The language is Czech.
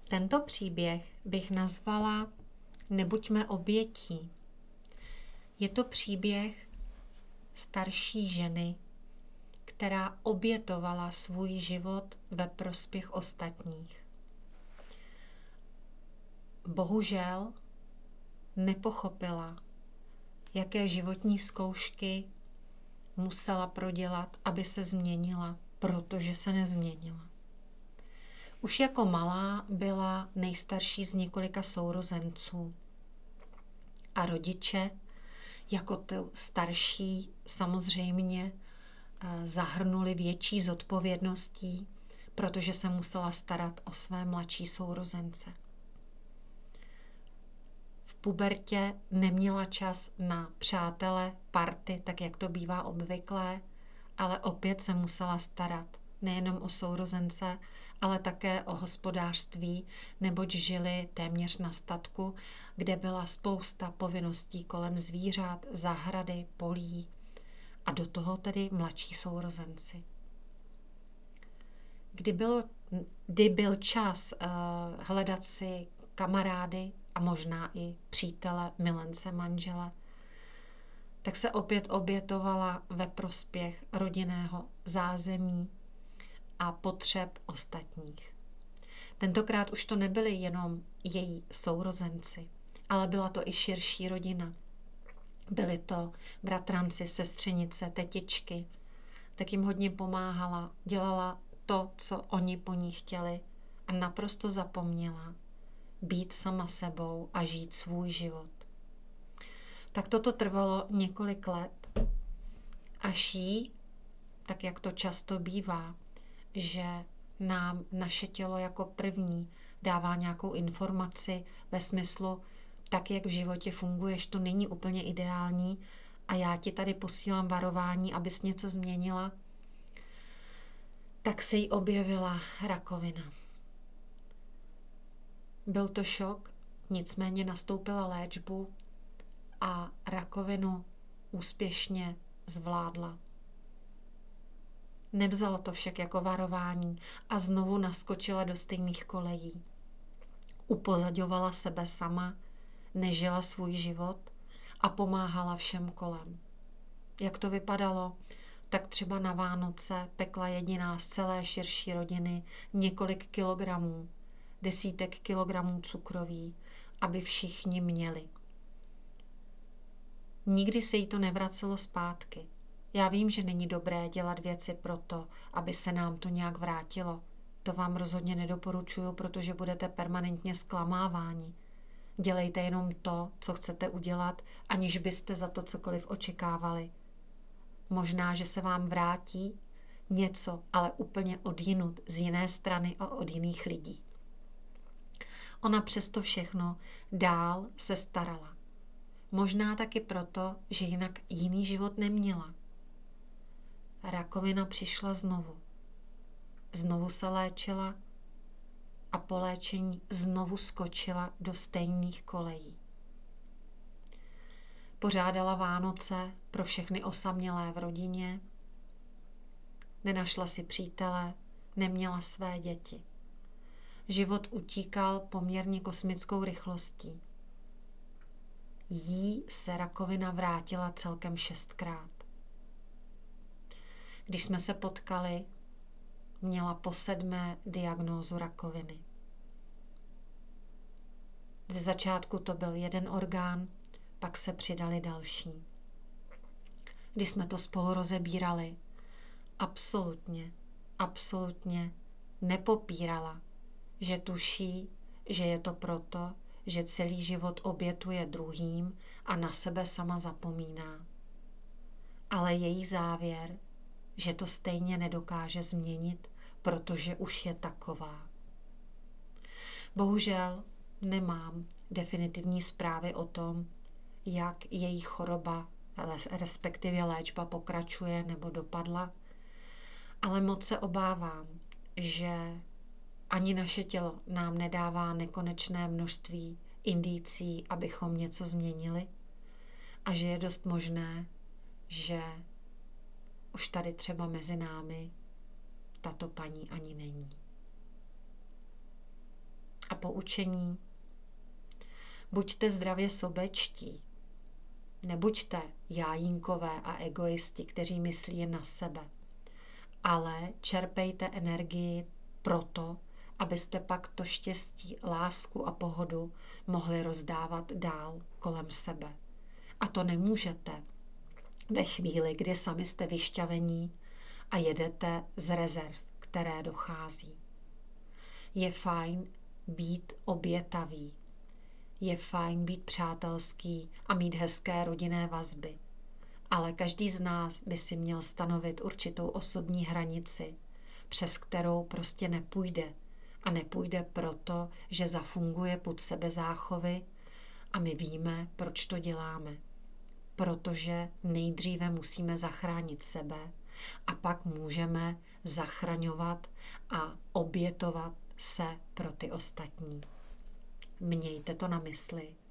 Tento příběh bych nazvala Nebuďme obětí. Je to příběh starší ženy, která obětovala svůj život ve prospěch ostatních. Bohužel nepochopila, jaké životní zkoušky musela prodělat, aby se změnila, protože se nezměnila. Už jako malá byla nejstarší z několika sourozenců a rodiče jako tu starší samozřejmě zahrnuli větší zodpovědností, protože se musela starat o své mladší sourozence. V pubertě neměla čas na přátele, party, tak jak to bývá obvyklé, ale opět se musela starat nejenom o sourozence, ale také o hospodářství, neboť žili téměř na statku, kde byla spousta povinností kolem zvířat, zahrady, polí a do toho tedy mladší sourozenci. Kdy byl čas hledat si kamarády a možná i přítele, milence, manžela, tak se opět obětovala ve prospěch rodinného zázemí a potřeb ostatních. Tentokrát už to nebyli jenom její sourozenci, ale byla to i širší rodina. Byli to bratranci, sestřenice, tetičky. Tak jim hodně pomáhala, dělala to, co oni po ní chtěli a naprosto zapomněla být sama sebou a žít svůj život. Tak toto trvalo několik let, až jí, tak jak to často bývá, že nám naše tělo jako první dává nějakou informaci ve smyslu, tak jak v životě funguješ, to není úplně ideální a já ti tady posílám varování, abys něco změnila, tak se jí objevila rakovina. Byl to šok, nicméně nastoupila léčbu a rakovinu úspěšně zvládla. Nevzala to však jako varování a znovu naskočila do stejných kolejí. Upozaďovala sebe sama, nežila svůj život a pomáhala všem kolem. Jak to vypadalo? Tak třeba na Vánoce pekla jediná z celé širší rodiny několik kilogramů, desítek kilogramů cukroví, aby všichni měli. Nikdy se jí to nevracelo zpátky. Já vím, že není dobré dělat věci proto, aby se nám to nějak vrátilo. To vám rozhodně nedoporučuju, protože budete permanentně zklamáváni. Dělejte jenom to, co chcete udělat, aniž byste za to cokoliv očekávali. Možná, že se vám vrátí něco, ale úplně odjinud, z jiné strany a od jiných lidí. Ona přesto všechno dál se starala. Možná taky proto, že jinak jiný život neměla. Rakovina přišla znovu. Znovu se léčila a po léčení znovu skočila do stejných kolejí. Pořádala Vánoce pro všechny osamělé v rodině, nenašla si přítele, neměla své děti. Život utíkal poměrně kosmickou rychlostí. Jí se rakovina vrátila celkem 6krát. Když jsme se potkali, měla po 7. diagnózu rakoviny. Ze začátku to byl jeden orgán, pak se přidali další. Když jsme to spolu rozebírali, absolutně nepopírala, že tuší, že je to proto, že celý život obětuje druhým a na sebe sama zapomíná. Ale její závěr, že to stejně nedokáže změnit, protože už je taková. Bohužel nemám definitivní zprávy o tom, jak její choroba, respektive léčba pokračuje nebo dopadla, ale moc se obávám, že ani naše tělo nám nedává nekonečné množství indicí, abychom něco změnili a že je dost možné, že už tady třeba mezi námi tato paní ani není. A poučení? Buďte zdravě sobečtí. Nebuďte jájínkové a egoisti, kteří myslí jen na sebe. Ale čerpejte energii proto, abyste pak to štěstí, lásku a pohodu mohli rozdávat dál kolem sebe. A to nemůžete ve chvíli, kdy sami jste vyšťavení a jedete z rezerv, které dochází. Je fajn být obětavý. Je fajn být přátelský a mít hezké rodinné vazby. Ale každý z nás by si měl stanovit určitou osobní hranici, přes kterou prostě nepůjde. A nepůjde proto, že zafunguje pud sebezáchovy a my víme, proč to děláme. Protože nejdříve musíme zachránit sebe a pak můžeme zachraňovat a obětovat se pro ty ostatní. Mějte to na mysli